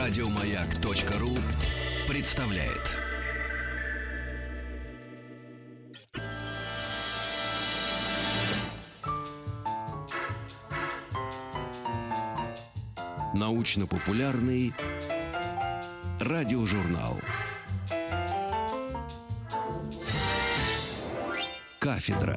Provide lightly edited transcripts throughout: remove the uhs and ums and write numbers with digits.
Радиомаяк.ру представляет. Научно-популярный радиожурнал. Кафедра.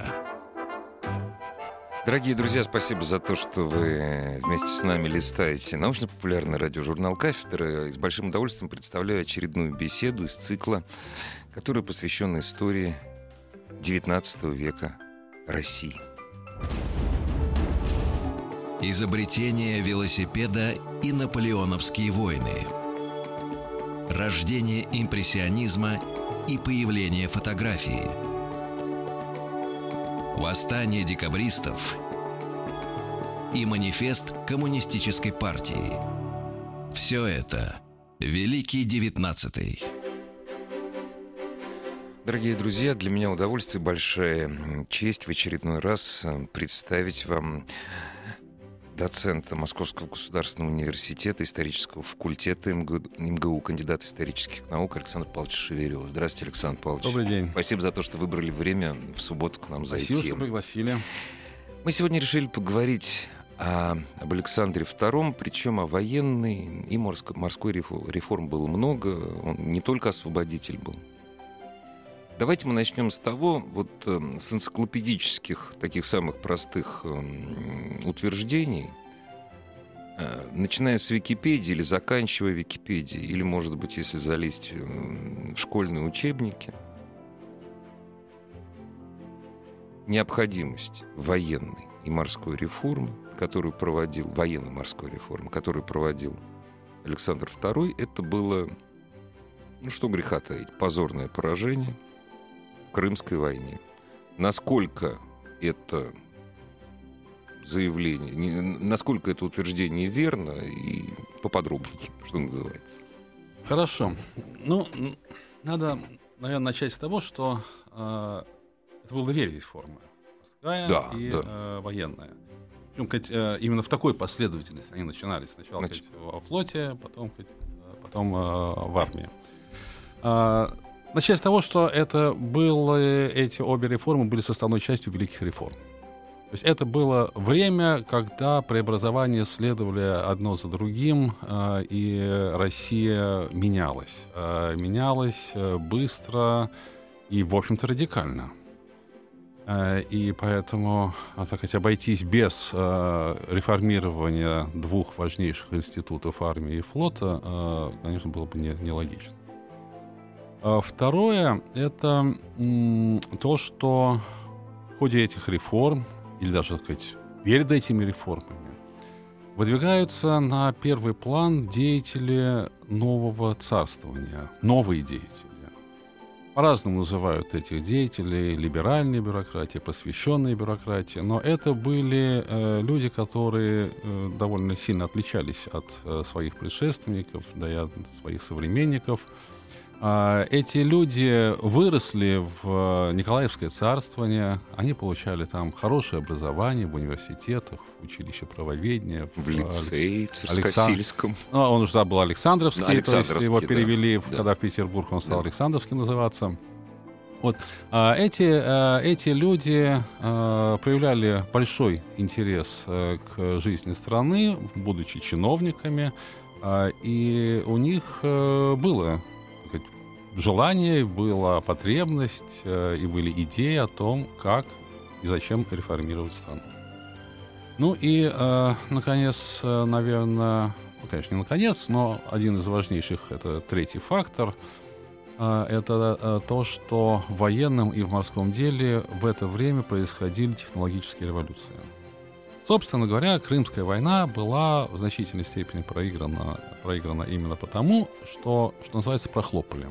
Дорогие друзья, спасибо за то, что вы вместе с нами листаете научно-популярный радиожурнал «Кафедра». И с большим удовольствием представляю очередную беседу из цикла, которая посвящена истории XIX века России. Изобретение велосипеда и наполеоновские войны. Рождение импрессионизма и появление фотографии. Восстание декабристов и манифест коммунистической партии. Все это Великий XIX. Дорогие друзья, для меня удовольствие, большая честь в очередной раз представить вам доцента Московского государственного университета, исторического факультета МГУ, кандидат исторических наук Александр Павлович Шеверёв. Здравствуйте, Александр Павлович. Добрый день. Спасибо за то, что выбрали время в субботу к нам зайти. Спасибо, что пригласили. Мы сегодня решили поговорить об Александре II, причем о военной и морской реформе было много. Он не только освободитель был. Давайте мы начнем с того, с энциклопедических, таких самых простых утверждений, начиная с Википедии или заканчивая Википедией, или, может быть, если залезть в школьные учебники. Необходимость военной и морской реформы, военно-морской реформы, которую проводил Александр II, это было, что греха таить, позорное поражение в Крымской войне. Насколько это заявление, насколько это утверждение верно, и поподробнее, что называется. Хорошо. Надо, наверное, начать с того, что это было две реформы. Морская и военная. Причем, именно в такой последовательности они начинались. Сначала во флоте, потом в армии. Начать с того, что эти обе реформы были составной частью великих реформ. То есть это было время, когда преобразования следовали одно за другим, и Россия менялась. Менялась быстро и, в общем-то, радикально. И поэтому, обойтись без реформирования двух важнейших институтов армии и флота, конечно, было бы нелогично. Второе — это то, что в ходе этих реформ, или даже, перед этими реформами, выдвигаются на первый план деятели нового царствования, новые деятели. По-разному называют этих деятелей: либеральная бюрократия, просвещенная бюрократия, но это были люди, которые довольно сильно отличались от своих предшественников, да и от своих современников. Эти люди выросли в Николаевское царствование, они получали там хорошее образование в университетах, в училище правоведения. В лицее Царскосельском. Он уже был Александровский, то есть его перевели, когда в Петербург он стал Александровский называться. Эти люди проявляли большой интерес к жизни страны, будучи чиновниками, и у них было желание, была потребность и были идеи о том, как и зачем реформировать страну. Наконец, наверное, конечно, не наконец, но один из важнейших — это третий фактор. Это то, что в военном и в морском деле в это время происходили технологические революции. Собственно говоря, Крымская война была в значительной степени проиграна именно потому, что называется, прохлопали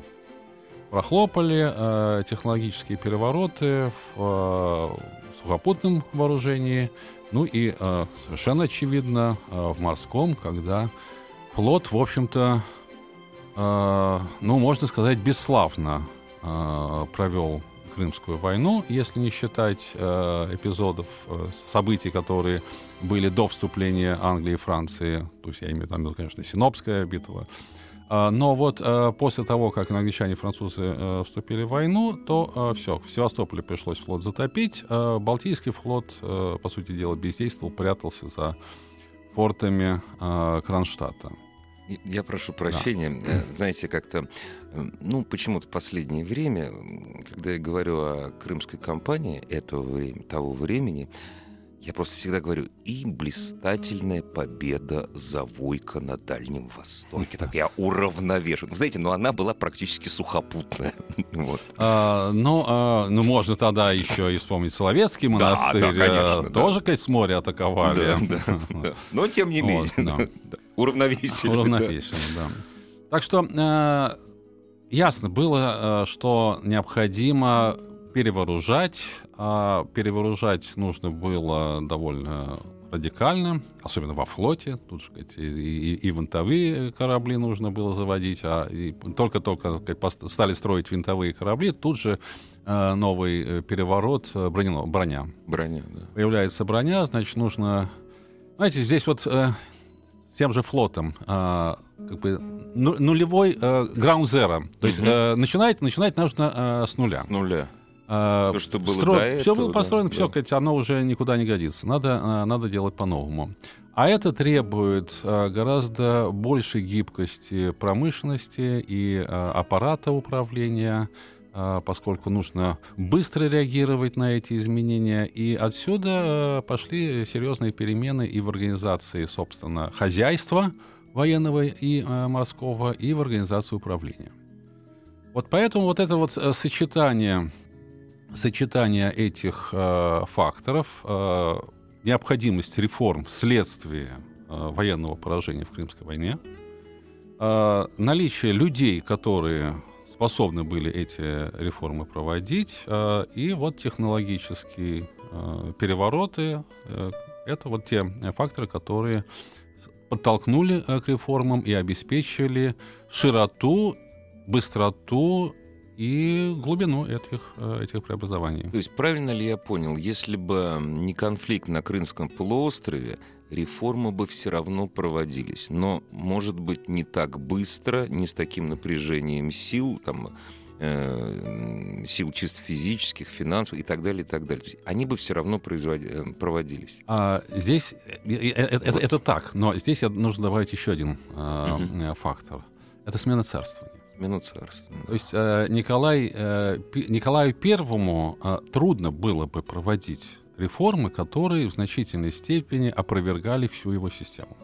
технологические перевороты в сухопутном вооружении, и совершенно очевидно в морском, когда флот, в общем-то, можно сказать, бесславно провел Крымскую войну, если не считать эпизодов, событий, которые были до вступления Англии и Франции. То есть я имею в виду, конечно, Синопская битва. Но вот после того, как англичане и французы вступили в войну, то все, в Севастополе пришлось флот затопить. Балтийский флот, по сути дела, бездействовал, прятался за фортами Кронштадта. Я прошу прощения. Да. Знаете, как-то, почему-то в последнее время, когда я говорю о крымской кампании того времени, я просто всегда говорю, и блистательная победа Завойка на Дальнем Востоке. Так я уравновешен. Вы знаете, она была практически сухопутная. Вот. Можно тогда еще и вспомнить Соловецкий монастырь. Да, конечно, тоже, с моря атаковали. Да. Но тем не менее. Уравновесили, да. Так что ясно было, что необходимо перевооружать. Перевооружать нужно было довольно радикально, особенно во флоте. Тут же и винтовые корабли нужно было заводить, только-только стали строить винтовые корабли, тут же новый переворот, броня. Броня, да. Появляется броня, значит, нужно... Знаете, здесь вот с тем же флотом нулевой ground zero. То есть начинать нужно с нуля. С нуля. Все, что было до этого, все было построено, все, оно уже никуда не годится. Надо делать по-новому. А это требует гораздо большей гибкости промышленности и аппарата управления, поскольку нужно быстро реагировать на эти изменения. И отсюда пошли серьезные перемены и в организации, собственно, хозяйства военного и морского, и в организации управления. Вот поэтому вот это вот сочетание этих факторов, необходимость реформ вследствие военного поражения в Крымской войне, наличие людей, которые способны были эти реформы проводить, и вот технологические перевороты — это вот те факторы, которые подтолкнули к реформам и обеспечили широту, быстроту и глубину этих преобразований. То есть правильно ли я понял, если бы не конфликт на Крымском полуострове, реформы бы все равно проводились, но, может быть, не так быстро, не с таким напряжением сил, сил чисто физических, финансовых и так далее, и так далее. То есть они бы все равно проводились. Здесь это так, но здесь нужно добавить еще один фактор. Это смена царствования. То есть Николаю Первому трудно было бы проводить реформы, которые в значительной степени опровергали всю его систему.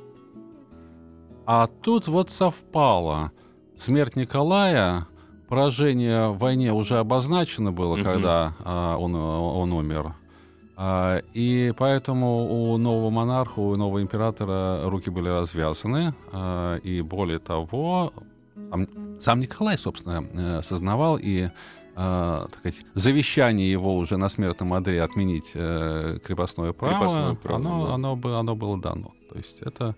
А тут вот совпало. Смерть Николая, поражение в войне уже обозначено было, когда он умер. И поэтому у нового монарха, у нового императора руки были развязаны. И более того, сам Николай, собственно, сознавал и завещание его уже на смертном одре отменить крепостное право, оно было дано. То есть это...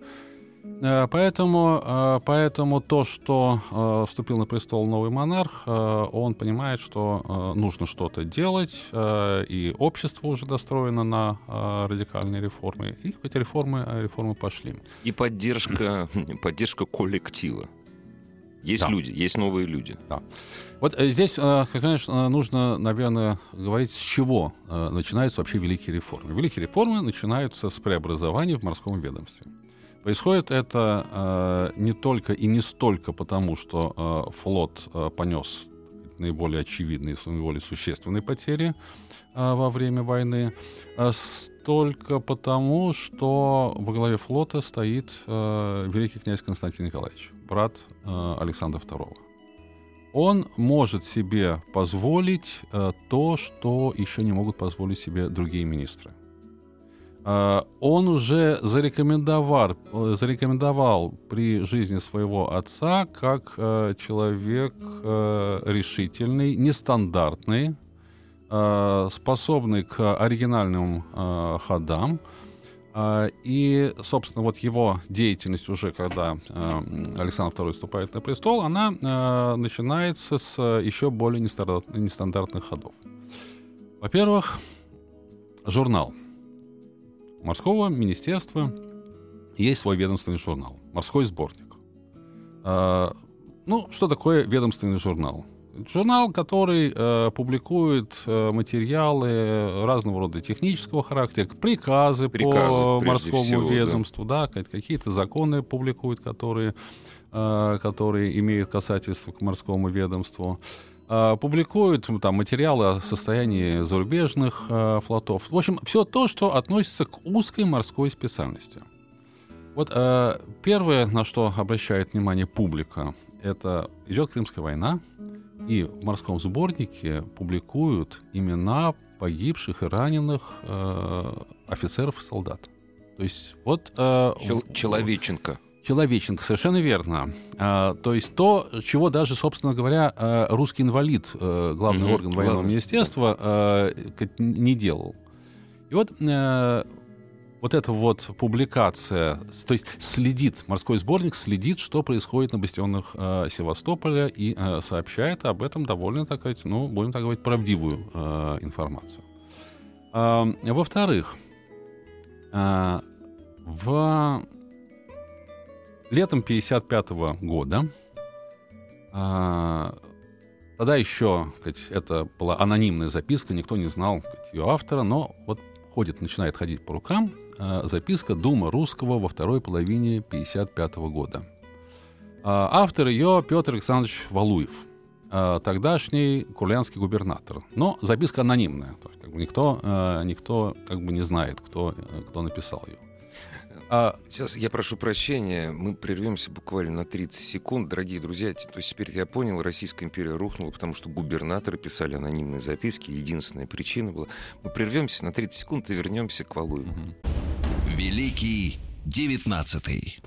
Поэтому то, что вступил на престол новый монарх, он понимает, что нужно что-то делать, и общество уже достроено на радикальные реформы, и эти реформы пошли. И поддержка коллектива. Есть люди, есть новые люди. Да. Вот здесь, конечно, нужно, наверное, говорить, с чего начинаются вообще великие реформы. Великие реформы начинаются с преобразований в морском ведомстве. Происходит это не только и не столько потому, что флот понес наиболее очевидные, наиболее существенные потери во время войны, столько потому, что во главе флота стоит великий князь Константин Николаевич, брат Александра II. Он может себе позволить то, что еще не могут позволить себе другие министры. Он уже зарекомендовал при жизни своего отца как человек решительный, нестандартный, способный к оригинальным ходам. И, собственно, вот его деятельность уже, когда Александр II вступает на престол, она начинается с еще более нестандартных ходов. Во-первых, журнал. У морского министерства есть свой ведомственный журнал, морской сборник. Что такое ведомственный журнал? Журнал, который публикует материалы разного рода технического характера, приказы по морскому ведомству, да, какие-то законы публикует, которые имеют касательство к морскому ведомству. Публикуют там материалы о состоянии зарубежных флотов. В общем, все то, что относится к узкой морской специальности. Вот первое, на что обращает внимание публика, это идет Крымская война, и в морском сборнике публикуют имена погибших и раненых офицеров и солдат. То есть вот... Человеченко. Человеченко, совершенно верно. То есть то, чего даже, собственно говоря, русский инвалид, главный орган военного министерства, не делал. И вот эта вот публикация, то есть морской сборник следит, что происходит на бастионах Севастополя, и сообщает об этом довольно, так сказать, будем так говорить, правдивую информацию. Во-вторых, летом 1955 года, тогда еще, это была анонимная записка, никто не знал ее автора, но вот начинает ходить по рукам записка «Дума русского» во второй половине 1955 года. Автор ее Петр Александрович Валуев, тогдашний курлянский губернатор. Но записка анонимная, то есть никто не знает, кто написал ее. Сейчас я прошу прощения, мы прервемся буквально на 30 секунд. Дорогие друзья, то есть теперь я понял, Российская империя рухнула, потому что губернаторы писали анонимные записки. Единственная причина была. Мы прервемся на 30 секунд и вернемся к Валуеву. Великий 19-й.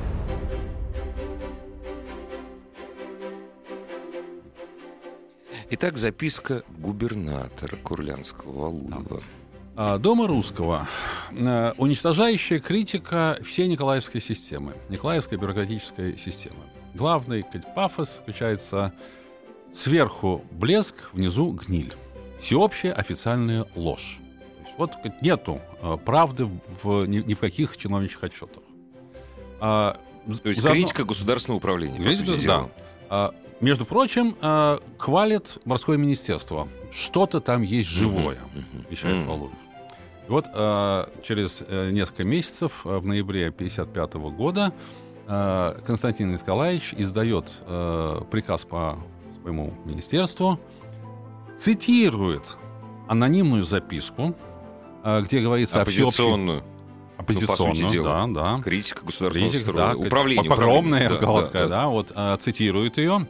Итак, записка губернатора Курлянского Валуева. Дома русского. Уничтожающая критика всей Николаевской системы, Николаевской бюрократической системы. Главный пафос заключается: сверху блеск, внизу гниль. Всеобщая официальная ложь. Вот нету правды ни в каких чиновничьих отчетах. То есть критика государственного управления, по сути дела. Между прочим, хвалит морское министерство. Что-то там есть живое, вещает Валуев. И вот через несколько месяцев, в ноябре 1955 года, Константин Николаевич издает приказ по своему министерству, цитирует анонимную записку, где говорится о всеобщей... Оппозиционную, да. Критика государственного строя. Управление. Погромная, цитирует ее,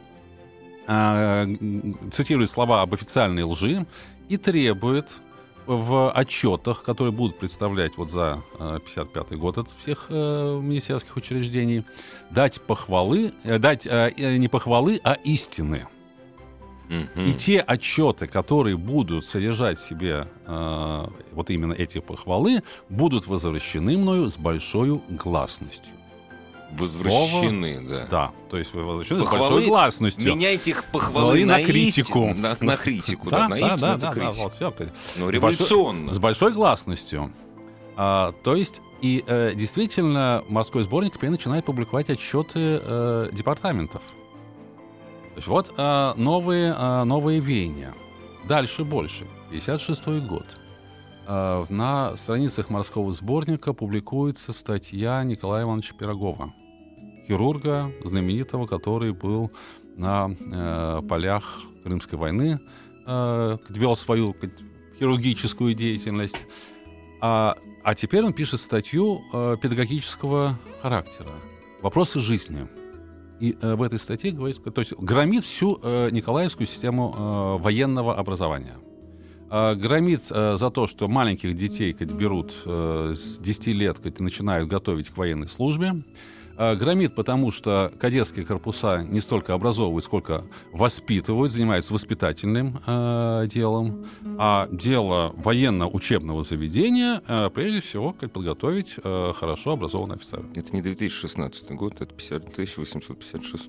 цитирует слова об официальной лжи и требует в отчетах, которые будут представлять за 1955 год от всех министерских учреждений, дать не похвалы, а истины. И те отчеты, которые будут содержать в себе именно эти похвалы, будут возвращены мною с большой гласностью. Возвращены, да. Да, то есть возвращены с большой гласностью. Меняйте их похвалы на критику. На критику, да, на истину, это критику. Но революционно. С большой гласностью. То есть, и действительно, морской сборник теперь начинает публиковать отчеты департаментов. То есть новые веяния. Дальше больше. 1956 год. На страницах морского сборника публикуется статья Николая Ивановича Пирогова, хирурга знаменитого, который был на полях Крымской войны, вел свою хирургическую деятельность. А теперь он пишет статью педагогического характера. Вопросы жизни. И в этой статье говорит, то есть громит всю Николаевскую систему военного образования. Громит за то, что маленьких детей берут с 10 лет и начинают готовить к военной службе. Громит, потому что кадетские корпуса не столько образовывают, сколько воспитывают, занимаются воспитательным делом. А дело военно-учебного заведения, прежде всего, как подготовить хорошо образованных офицеров. Это не 2016 год, это 1856.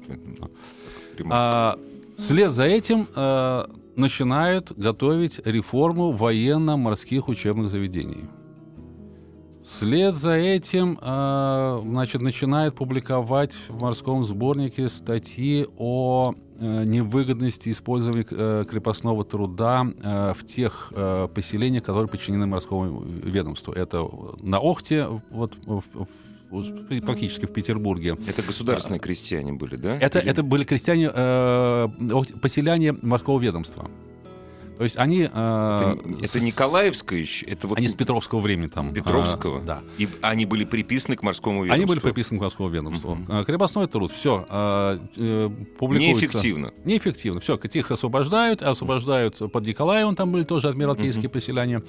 Вслед за этим начинают готовить реформу военно-морских учебных заведений. Вслед за этим начинают публиковать в морском сборнике статьи о невыгодности использования крепостного труда в тех поселениях, которые подчинены морскому ведомству. Это на Охте, практически в Петербурге. Это государственные крестьяне были, да? Это были крестьяне, поселяне морского ведомства. То есть они... Это Николаевское еще? Это вот... Они с Петровского времени там. Петровского? Да. И они были приписаны к морскому ведомству? Они были приписаны к морскому ведомству. Крепостной труд, все, публикуется. Неэффективно? Неэффективно. Все, их освобождают под Николаевым, там были тоже адмиралтейские поселяне.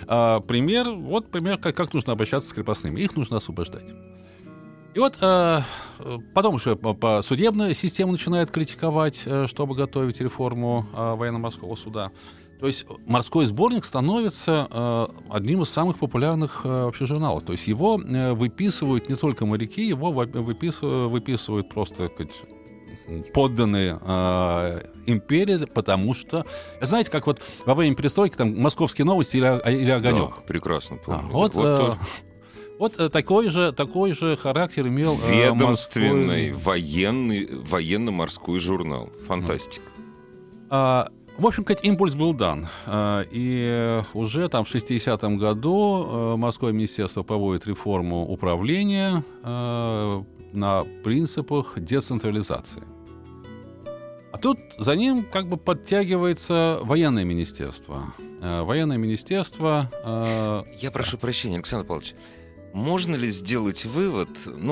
Пример, как нужно обращаться с крепостными. Их нужно освобождать. И вот потом уже по судебной системе начинают критиковать, чтобы готовить реформу военно-морского суда. То есть морской сборник становится одним из самых популярных вообще журналов. То есть его выписывают не только моряки, его выписывают просто, так сказать, подданные империи, потому что, знаете, как вот во время перестройки там «Московские новости» или «Огонек». Да, прекрасно помню. Вот такой же характер имел ведомственный военно-морской журнал. Фантастика. В общем, импульс был дан. И уже там в 60-м году морское министерство проводит реформу управления на принципах децентрализации. А тут за ним как бы подтягивается военное министерство. Военное министерство... Я прошу прощения, Александр Павлович. Можно ли сделать вывод,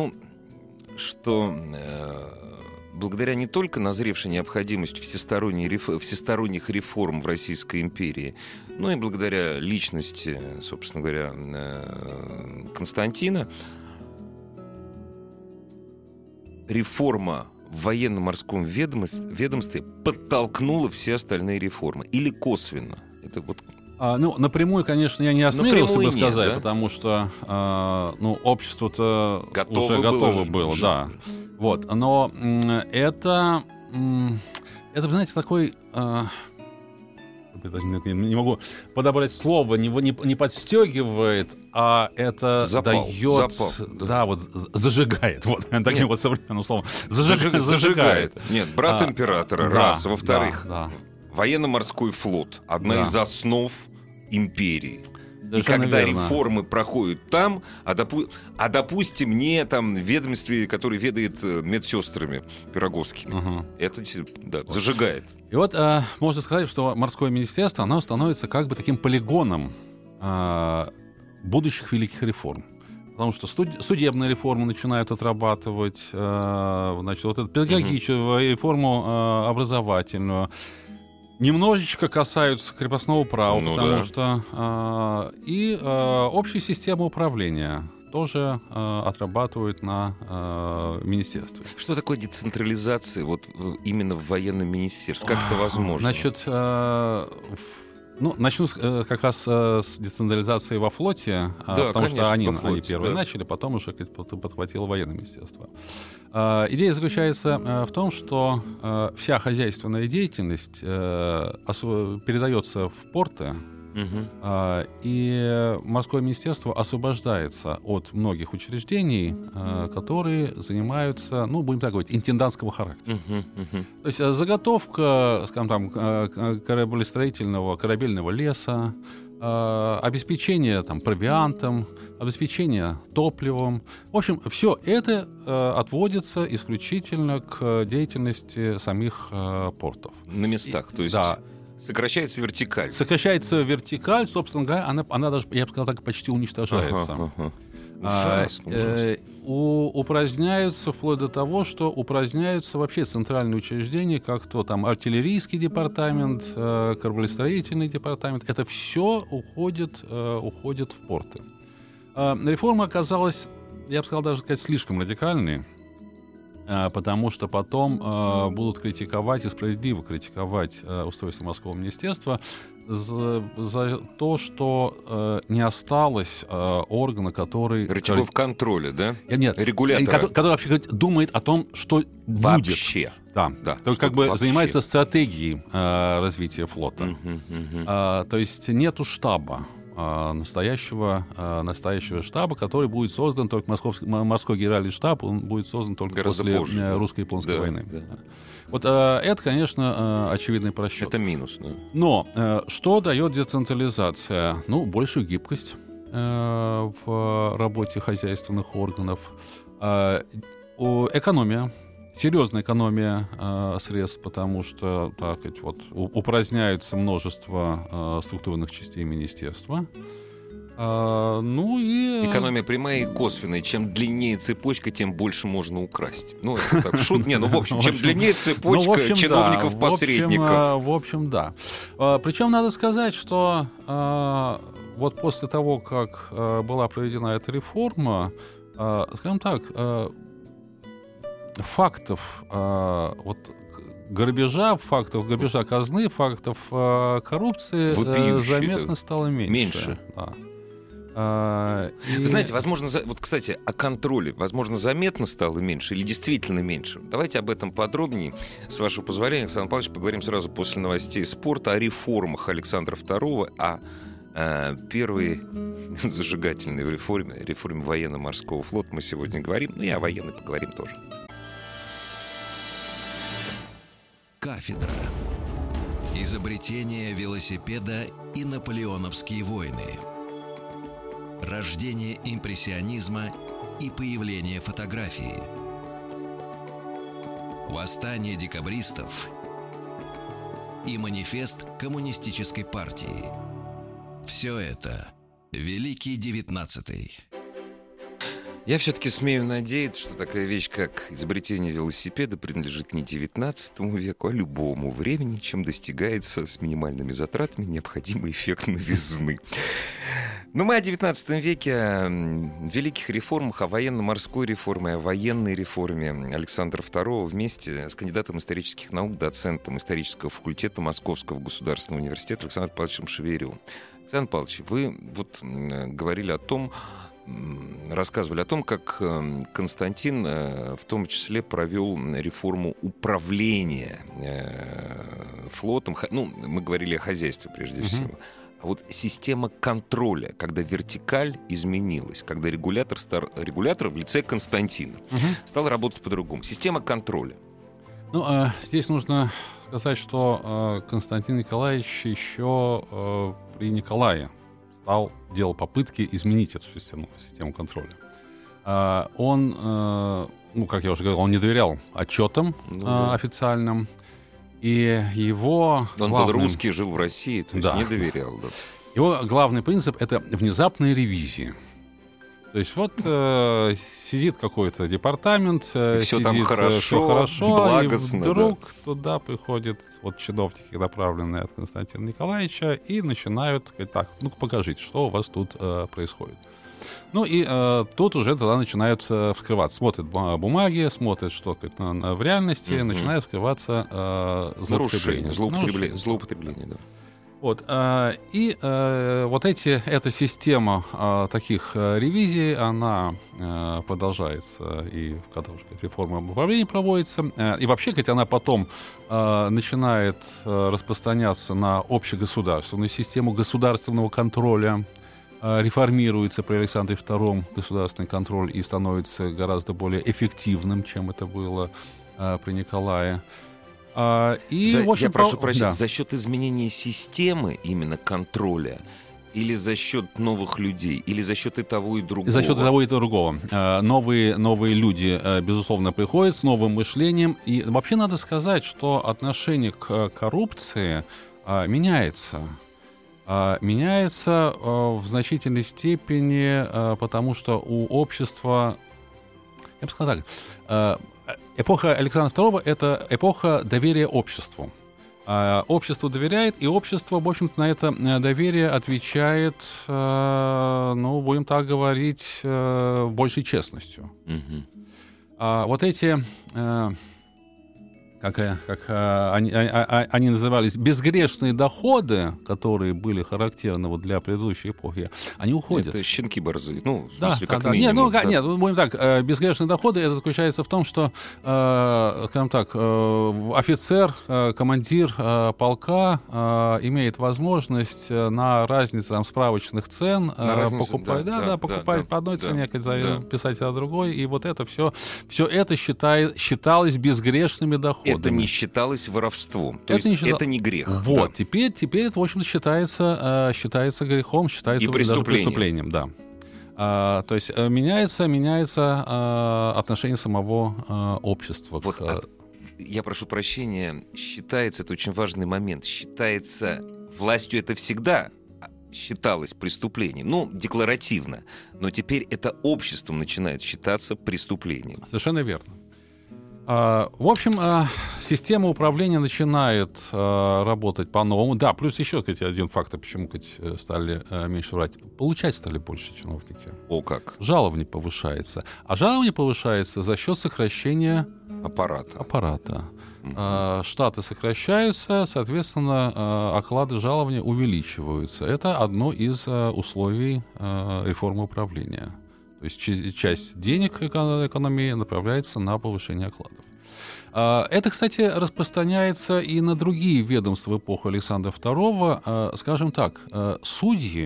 что благодаря не только назревшей необходимости всесторонних реформ в Российской империи, но и благодаря личности, собственно говоря, Константина, реформа в военно-морском ведомстве подтолкнула все остальные реформы? Или косвенно? Это вот... напрямую, конечно, я не осмелился бы сказать, да? Потому что общество-то уже готово было, да. Вот, но это, знаете, такой... не могу подобрать слово, не подстегивает, а это дает... зажигает. Вот, таким вот современным словом. Зажигает. Нет, брат императора, раз. Во-вторых, военно-морской флот. Одна из основ империи. Совершенно и когда верно. Реформы проходят там, допустим, не там в ведомстве, который ведает медсестрами пироговскими, это зажигает. И вот можно сказать, что морское министерство, оно становится как бы таким полигоном будущих великих реформ. Потому что судебные реформы начинают отрабатывать, эту педагогическую реформу образовательную. Немножечко касаются крепостного права, потому что и общей системы управления тоже отрабатывают на министерстве. Что такое децентрализация именно в военном министерстве? Как это возможно? Значит, начну как раз с децентрализации во флоте, потому конечно, что они первые начали, потом уже подхватило военное министерство. Идея заключается в том, что вся хозяйственная деятельность передается в порты, и морское министерство освобождается от многих учреждений, которые занимаются, будем так говорить, интендантского характера. То есть заготовка, скажем там, корабельного леса, обеспечение провиантом, обеспечение топливом. В общем, все это отводится исключительно к деятельности самих портов. На местах, то есть... Да. Сокращается вертикаль. Сокращается вертикаль, собственно говоря, она даже, я бы сказал так, почти уничтожается. Ужасно. Упраздняются вплоть до того, что упраздняются вообще центральные учреждения, как то там артиллерийский департамент, кораблестроительный департамент. Это все уходит в порты. Реформа оказалась, я бы сказал, даже слишком радикальной. потому что потом будут критиковать, и справедливо критиковать устройство морского министерства за то, что не осталось органа, который... Рычагов контроля, да? Нет, регулятора. Который вообще думает о том, что вообще. Будет. Да. То есть как бы занимается стратегией развития флота. То есть нету штаба. Настоящего штаба, который будет создан только морской генеральный штаб, он будет создан только гораздо после позже, русско-японской войны. Да. Вот это, конечно, очевидный просчет. Это минус. Да. Но что дает децентрализация? Ну, большую гибкость в работе хозяйственных органов, экономия. Серьезная экономия средств, потому что, так сказать, вот, упраздняется множество структурных частей министерства. Ну и... Экономия прямая и косвенная. Чем длиннее цепочка, тем больше можно украсть. Ну, это так, шут. Не, ну, в общем, чем длиннее цепочка чиновников-посредников. В общем, да. Причем надо сказать, что вот после того, как была проведена эта реформа, скажем так, фактов грабежа казны, фактов коррупции заметно стало меньше. Да. Вы знаете, возможно, вот, кстати, о контроле, возможно, заметно стало меньше или действительно меньше. Давайте об этом подробнее. С вашего позволения, Александр Павлович, поговорим сразу после новостей спорта о реформах Александра II, о первой зажигательной реформе военно-морского флота мы сегодня говорим, ну и о военной поговорим тоже. Кафедра. Изобретение велосипеда и наполеоновские войны. Рождение импрессионизма и появление фотографии. Восстание декабристов и манифест коммунистической партии. Все это Великий 19-й. Я все-таки смею надеяться, что такая вещь, как изобретение велосипеда, принадлежит не 19 веку, а любому времени, чем достигается с минимальными затратами необходимый эффект новизны. Но мы о 19 веке, о великих реформах, о военно-морской реформе, о военной реформе Александра II вместе с кандидатом исторических наук, доцентом исторического факультета Московского государственного университета Александром Павловичем Шеверевым. Александр Павлович, вы вот говорили о том, рассказывали о том, как Константин в том числе провел реформу управления флотом. Ну, мы говорили о хозяйстве прежде всего. А вот система контроля, когда вертикаль изменилась, когда регулятор в лице Константина стал работать по-другому. Система контроля. Ну, здесь нужно сказать, что Константин Николаевич еще при Николае делал попытки изменить эту систему контроля. Он, ну, как я уже говорил, он не доверял отчетам официальным. И его... Он был русский, жил в России, то есть не доверял. Да. Его главный принцип — это внезапные ревизии. То есть вот сидит какой-то департамент, все там хорошо, благостно, и вдруг туда приходят вот чиновники, направленные от Константина Николаевича, и начинают сказать: так, ну-ка покажите, что у вас тут происходит. Ну и тут уже тогда начинают вскрываться. Смотрят бумаги, смотрят, что в реальности, начинают вскрываться злоупотребления. Да. Вот. И вот эта система таких ревизий, она продолжается, и когда уже реформа управления проводится, и вообще, она потом начинает распространяться на общегосударственную систему государственного контроля, реформируется при Александре II государственный контроль и становится гораздо более эффективным, чем это было при Николае. Я прошу прощения, за счет изменения системы именно контроля, или за счет новых людей, или за счет и того, и другого? За счет и того, и другого. Новые люди, безусловно, приходят с новым мышлением. И вообще надо сказать, что отношение к коррупции меняется. Меняется в значительной степени, потому что у общества... Я бы сказал так... Эпоха Александра II — это эпоха доверия обществу. Общество доверяет, и общество, в общем-то, на это доверие отвечает, ну, будем так говорить, большей честностью. Вот эти, как они назывались, безгрешные доходы, которые были характерны вот для предыдущей эпохи, они уходят. Это щенки борзые. Ну, в Да, смысле, как да. минимум. Нет, будем так, безгрешные доходы, это заключается в том, что, скажем так, офицер, командир полка имеет возможность на разнице там, справочных цен покупать, покупать по одной цене, писать о другой, и вот это все это считалось безгрешными доходами. Это не считалось воровством. То есть это не грех. Вот, да. Теперь это, в общем-то, считается грехом, считается даже преступлением. Да. То есть меняется отношение самого общества. Вот, я прошу прощения, считается, это очень важный момент, считается властью это всегда считалось преступлением, ну, декларативно, но теперь это обществом начинает считаться преступлением. Совершенно верно. В общем, система управления начинает работать по-новому. Да, плюс еще, кстати, один фактор, почему стали меньше врать. Получать стали больше чиновники. О как! Жалование повышается. А жалование повышается за счет сокращения аппарата. Штаты сокращаются, соответственно, оклады жалования увеличиваются. Это одно из условий реформы управления. То есть часть денег экономии направляется на повышение окладов. Это, кстати, распространяется и на другие ведомства в эпоху Александра II. Скажем так, судьи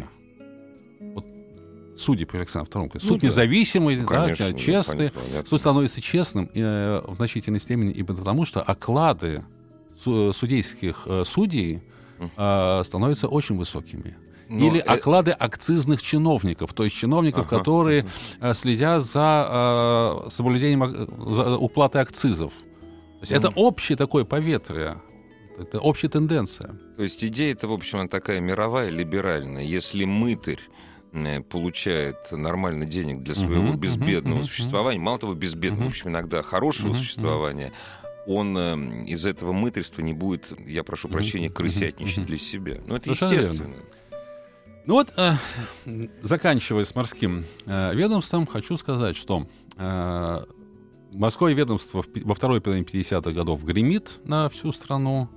при Александре II, суд независимый, конечно, честный, суд становится честным в значительной степени именно потому, что оклады судейских судей становятся очень высокими. Или оклады акцизных чиновников, то есть чиновников, которые следят за соблюдением уплаты акцизов. То есть это общее такое поветрие, это общая тенденция. То есть идея-то, в общем, такая мировая, либеральная. Если мытарь получает нормально денег для своего безбедного существования, мало того, безбедного, в общем, иногда хорошего существования, он из этого мытарства не будет, я прошу прощения, крысятничать для себя. Ну, это естественно. Ну вот, заканчивая с морским ведомством, хочу сказать, что морское ведомство во второй половине 50-х годов гремит на всю страну.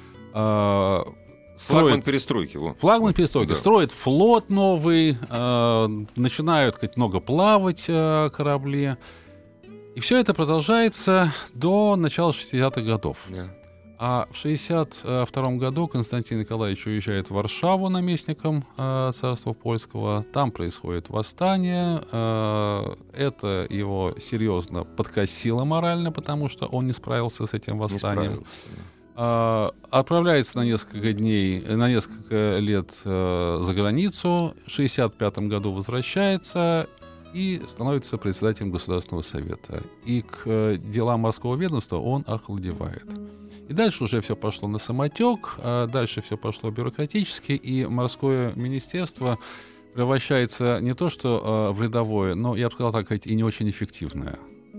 Флагман перестройки. Да. Строит флот новый, начинают много плавать корабли. И все это продолжается до начала 60-х годов. Yeah. А в 1962 году Константин Николаевич уезжает в Варшаву наместником царства польского. Там происходит восстание. Это его серьезно подкосило морально, потому что он не справился с этим восстанием. Отправляется на несколько лет за границу. В 1965 году возвращается и становится председателем Государственного совета. И к делам морского ведомства он охладевает. И дальше уже все пошло на самотек, дальше все пошло бюрократически, и морское министерство превращается не то что в рядовое, но, я бы сказал так сказать, и не очень эффективное.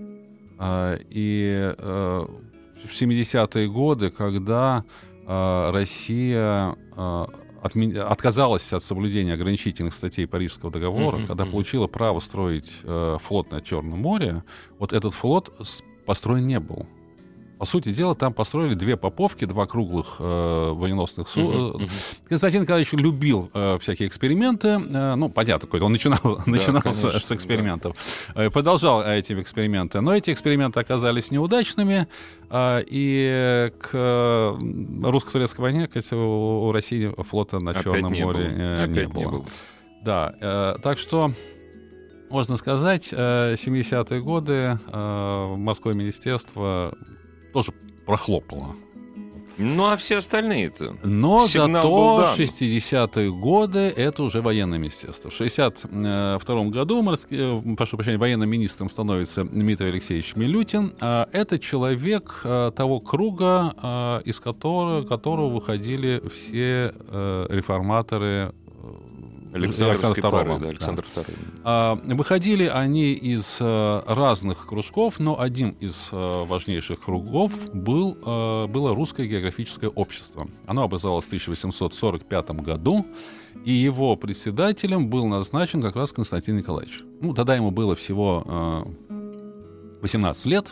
И в 70-е годы, когда Россия отказалась от соблюдения ограничительных статей Парижского договора, когда получила право строить флот на Черном море, вот этот флот построен не был. По сути дела, там построили 2 поповки, 2 круглых военносных судна. Константин Николаевич любил всякие эксперименты. Ну, понятно, он начинал с экспериментов. Да. Продолжал эти эксперименты. Но эти эксперименты оказались неудачными. И к русско-турецкой войне у России флота на Черном море не было. Да, так что... Можно сказать, 70-е годы морское министерство тоже прохлопало. Ну, а все остальные-то? Но зато 60-е годы это уже военное министерство. В 62-м году военным министром становится Дмитрий Алексеевич Милютин. Это человек того круга, из которого выходили все реформаторы Александр II. Выходили они из разных кружков, но один из важнейших кругов было Русское географическое общество. Оно образовалось в 1845 году, и его председателем был назначен как раз Константин Николаевич. Ну, тогда ему было всего 18 лет.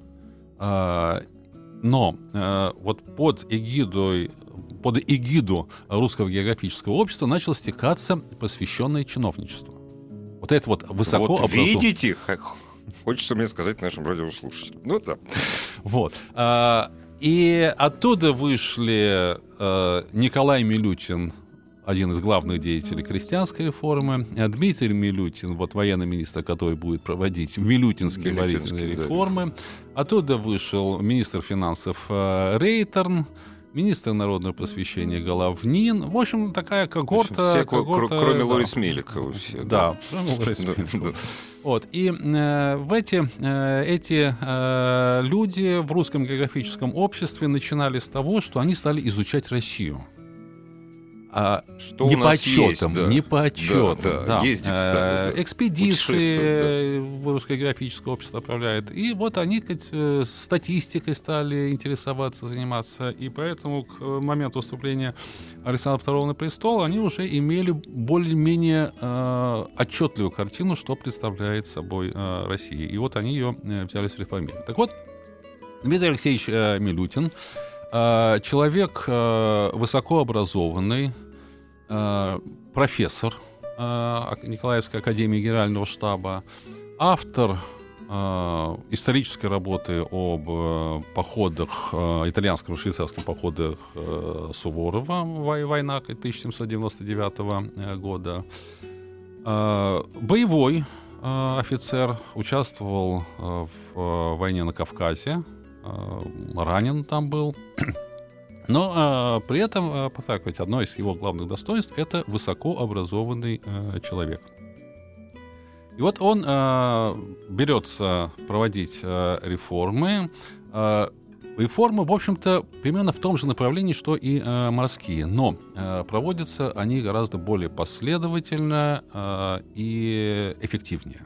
Но вот под эгиду Русского географического общества начало стекаться посвященное чиновничество. Вот это вот высоко Вот видите, хочется мне сказать нашим радиослушателям. Ну да. Вот. И оттуда вышли Николай Милютин, один из главных деятелей крестьянской реформы, Дмитрий Милютин, вот военный министр, который будет проводить милютинские военные реформы. Оттуда вышел министр финансов Рейтерн, министр народного просвещения Головнин. В общем, такая когорта... Кроме Лорис Меликова. Все, да, кроме Лорис Меликова. Вот. И эти люди в Русском географическом обществе начинали с того, что они стали изучать Россию. Что не у по нас отчетам, есть, да. не по отчетам. Да. Ездить стали, да. Экспедиции в Русское географическое общество отправляют. И вот они статистикой стали интересоваться, заниматься. И поэтому к моменту вступления Александра II на престол они уже имели более-менее отчетливую картину, что представляет собой Россия. И вот они ее взялись реформировать. Так вот, Дмитрий Алексеевич Милютин, человек высокообразованный, профессор Николаевской академии Генерального штаба, автор исторической работы об походах, итальянском и швейцарском походах Суворова, война 1799 года, боевой офицер, участвовал в войне на Кавказе, ранен там был. Но при этом, повторюсь, одно из его главных достоинств — это высокообразованный человек. И вот он берется проводить реформы. Реформы, в общем-то, примерно в том же направлении, что и морские, но проводятся они гораздо более последовательно и эффективнее.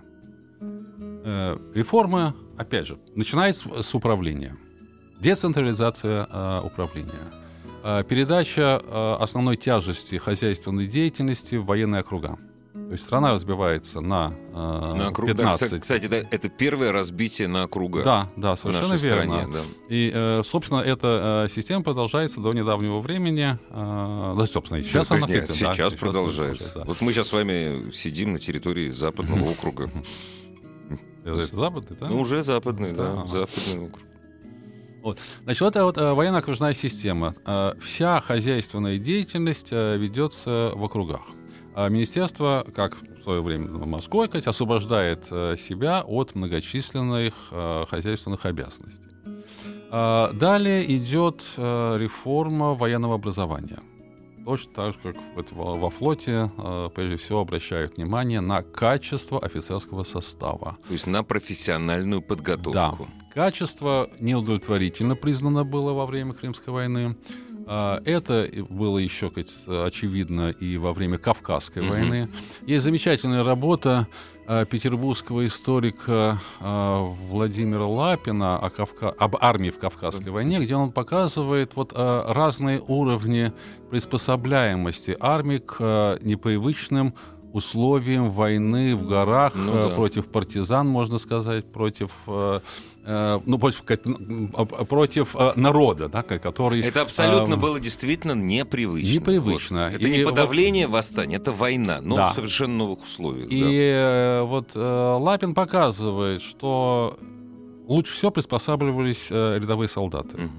Реформа, опять же, начинается с управления. Децентрализация управления. Передача основной тяжести хозяйственной деятельности в военные округа. То есть страна разбивается на 15... Да, кстати, да, это первое разбитие на округа. Да, совершенно верно. Стране, да. И, собственно, эта система продолжается до недавнего времени. Да, собственно, и сейчас она... Сейчас продолжается. Да. Вот мы сейчас с вами сидим на территории Западного округа. Это западный, да? Ну, уже западный, да. Западный округ. Вот. Значит, это вот военно-окружная система. Вся хозяйственная деятельность ведется в округах. Министерство, как в свое время морское, освобождает себя от многочисленных хозяйственных обязанностей. Далее идет реформа военного образования. Точно так же, как во флоте, прежде всего, обращают внимание на качество офицерского состава. То есть на профессиональную подготовку. Да. Качество неудовлетворительно признано было во время Крымской войны. Это было еще, очевидно, и во время Кавказской войны. Есть замечательная работа петербургского историка Владимира Лапина об армии в Кавказской войне, где он показывает разные уровни приспособляемости армии к непривычным условиям войны в горах, против партизан, можно сказать, против народа, да, который... Это абсолютно было действительно непривычно. Непривычно. Вот. Это не подавление восстания, это война, но в совершенно новых условиях. И Лапин показывает, что лучше всего приспосабливались рядовые солдаты.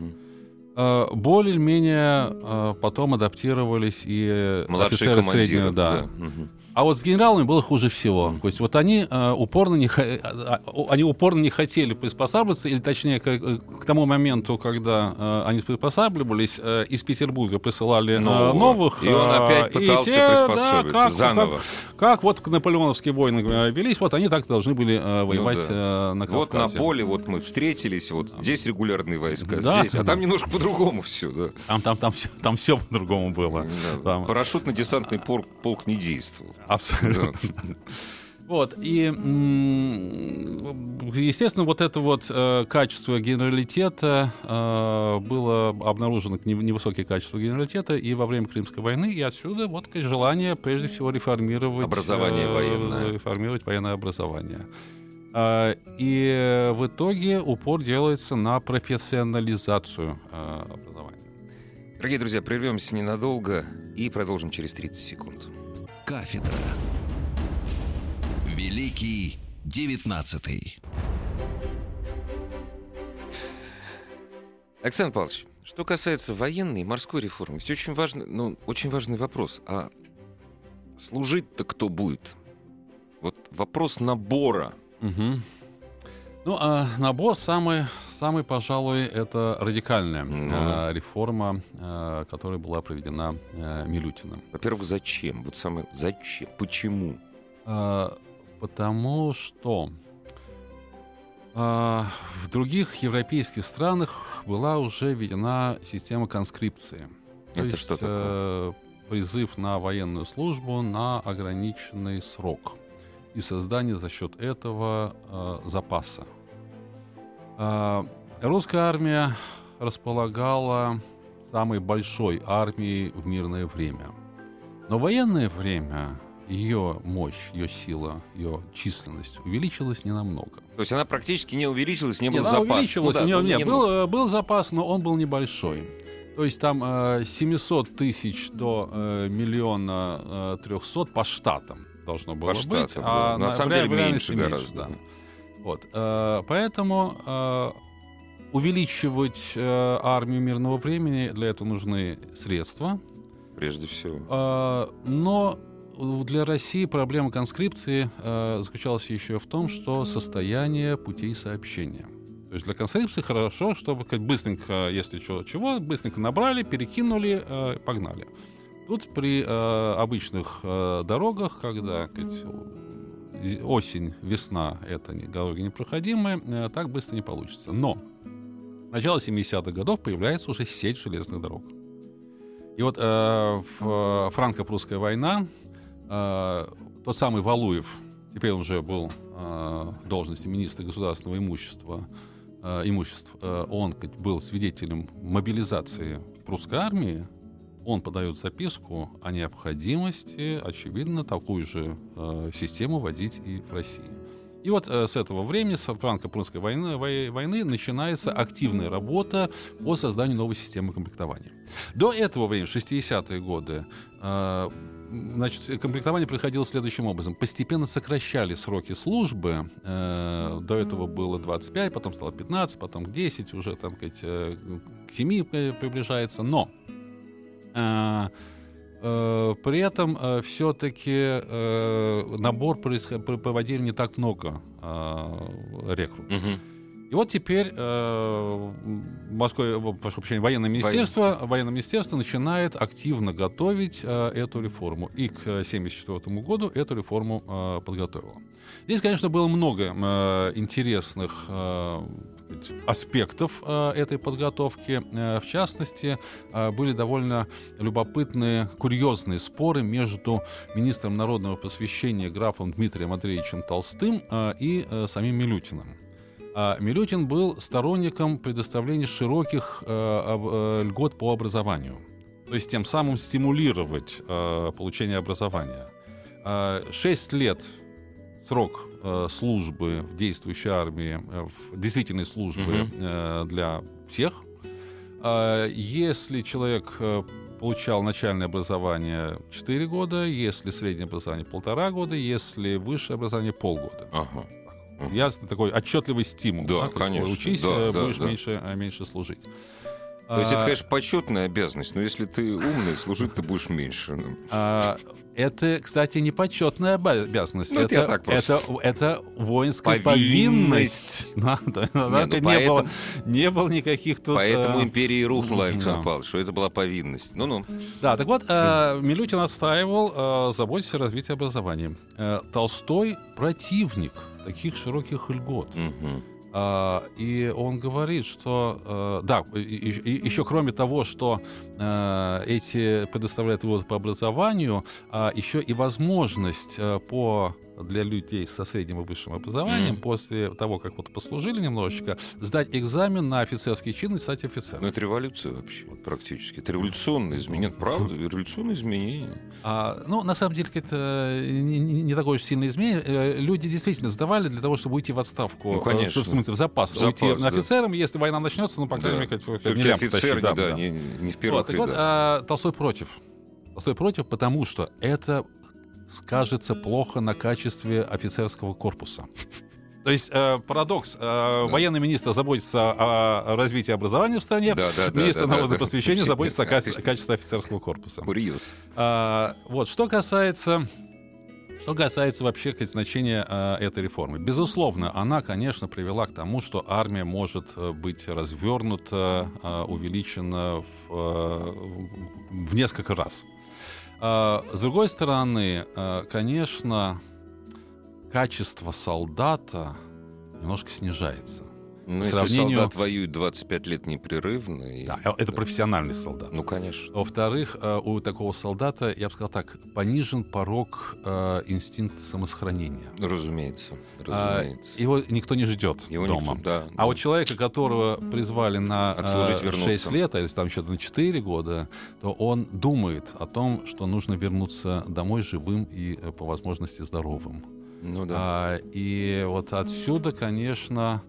Более-менее потом адаптировались и офицеры среднего. Да. А вот с генералами было хуже всего. То есть они упорно не хотели приспосабливаться, или точнее к тому моменту, когда они приспосабливались, из Петербурга присылали новых. И он опять пытался приспособиться заново. Как наполеоновские войны велись, они так должны были воевать на Кавказе. Вот на поле мы встретились, здесь регулярные войска, здесь, а там немножко по-другому все. Да. Там все по-другому было. Да. Парашютно-десантный полк не действовал. Абсолютно. И, естественно, это качество генералитета было обнаружено, невысокие качества генералитета и во время Крымской войны, и отсюда желание, прежде всего, реформировать образование военное. Реформировать военное образование. И в итоге упор делается на профессионализацию образования. Дорогие друзья, прервемся ненадолго и продолжим через 30 секунд. Кафедра. Великий 19-й. Александр Павлович, что касается военной и морской реформы, ведь очень важный вопрос. А служить-то кто будет? Вот вопрос набора. Угу. Ну, а набор самый, пожалуй, это радикальная реформа, которая была проведена Милютиным. Во-первых, зачем? Зачем? Почему? Потому что в других европейских странах была уже введена система конскрипции. Это что такое? Призыв на военную службу на ограниченный срок и создание за счет этого запаса. Русская армия располагала самой большой армией в мирное время. Но в военное время ее мощь, ее сила, ее численность увеличилась ненамного. То есть она практически не увеличилась, не был она запас. Увеличилась, был запас, но он был небольшой. То есть там 700 тысяч до 1 300 000 по штатам должно было быть. А на самом деле меньше гораздо. Да. Вот. Поэтому увеличивать армию мирного времени, для этого нужны средства. Прежде всего. Но для России проблема конскрипции заключалась еще в том, что состояние путей сообщения. То есть для конскрипции хорошо, чтобы быстренько, если чего, быстренько набрали, перекинули, погнали. Тут при обычных дорогах, когда осень, весна — это дороги непроходимые, так быстро не получится. Но в начале 70-х годов появляется уже сеть железных дорог. И вот франко-прусская война, тот самый Валуев, теперь он уже был в должности министра государственного имущества, он был свидетелем мобилизации прусской армии. Он подает записку о необходимости, очевидно, такую же систему вводить и в России. И вот с этого времени, с франко-прусской войны, начинается активная работа по созданию новой системы комплектования. До этого времени, в 60-е годы, комплектование происходило следующим образом. Постепенно сокращали сроки службы. До этого было 25, потом стало 15, потом 10, уже там, к 7 приближается. Но при этом все-таки набор проводили не так много рекрутов. И вот теперь военное министерство начинает активно готовить эту реформу. И к 1974 году эту реформу подготовило. Здесь, конечно, было много интересных аспектов этой подготовки. В частности, были довольно любопытные, курьезные споры между министром народного просвещения графом Дмитрием Андреевичем Толстым и самим Милютиным. Милютин был сторонником предоставления широких льгот по образованию, то есть тем самым стимулировать получение образования. 6 лет срок службы в действующей армии, в действительной службы для всех. Если человек получал начальное образование 4 года, если среднее образование 1,5 года, если высшее образование полгода. Ага. Ясно, такой отчетливый стимул. Да, конечно. Учись, будешь меньше служить. То есть это, конечно, почетная обязанность, но если ты умный, служить ты будешь меньше. Это, кстати, не почетная обязанность. Ну, это воинская повинность. Не было никаких тут... Поэтому империя рухнула, Александр Павлович, что это была повинность. Да, так вот, Милютин отстаивал, заботиться о развитии образования. Толстой противник таких широких льгот. И он говорит, что еще кроме того, что эти предоставляют льготы по образованию, еще и возможность по для людей со средним и высшим образованием после того, как вот послужили немножечко, сдать экзамен на офицерский чин и стать офицером. Ну, это революция вообще, вот, практически. Это революционное изменение. Правда, революционное изменение. Ну, на самом деле, это не такое уж сильное изменение. Люди действительно сдавали для того, чтобы уйти в отставку. Ну, конечно. В смысле, в запас. Уйти офицером, если война начнется, ну, по крайней мере, не лямку тащить. Да, не в первых рядах. Толстой против. Толстой против, потому что это скажется плохо на качестве офицерского корпуса. То есть парадокс. Военный министр заботится о развитии образования в стране, министр народного просвещения заботится о качестве офицерского корпуса. Курьез. Вот, что касается вообще значения этой реформы. Безусловно, она, конечно, привела к тому, что армия может быть развернута, увеличена в несколько раз. С другой стороны, конечно, качество солдата немножко снижается. Ну, если солдат воюет 25 лет непрерывно... Да, это профессиональный солдат. Ну, конечно. Во-вторых, у такого солдата, я бы сказал так, понижен порог инстинкта самосохранения. Разумеется. Его никто не ждет дома. А вот человека, которого призвали на 6 лет, а если там еще на 4 года, то он думает о том, что нужно вернуться домой живым и, по возможности, здоровым. Ну, да. И вот отсюда, конечно...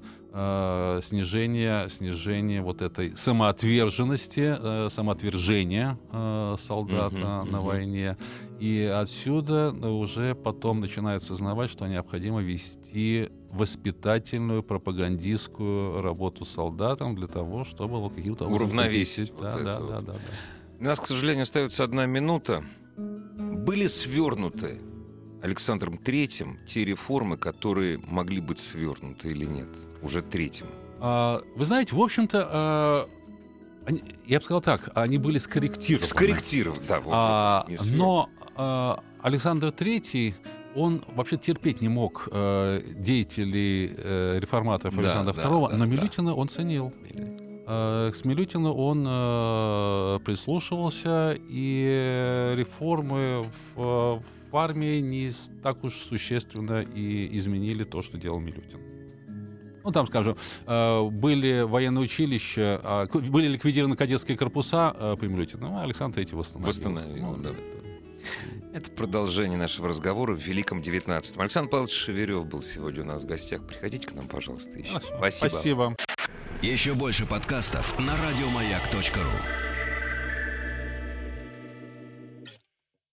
снижение вот этой самоотверженности, самоотвержения солдата на войне. И отсюда уже потом начинают сознавать, что необходимо вести воспитательную, пропагандистскую работу с солдатом для того, чтобы каким-то уравновесить. Да. У нас, к сожалению, остается 1 минута. Были свернуты Александром III те реформы, которые могли быть свернуты или нет? Уже третьим. Вы знаете, в общем-то, я бы сказал так, они были скорректированы. Скорректированы, да. Но Александр III, он вообще терпеть не мог деятелей реформаторов Александра II, но Милютина он ценил. К Милютину он прислушивался, и реформы в армии не так уж существенно и изменили то, что делал Милютин. Ну, там, скажем, были военные училища, были ликвидированы кадетские корпуса при Милютине, но Александр III восстановил. Это продолжение нашего разговора в Великом 19-м. Александр Павлович Шеверев был сегодня у нас в гостях. Приходите к нам, пожалуйста, еще. Спасибо. Еще больше подкастов на радиомаяк.ру.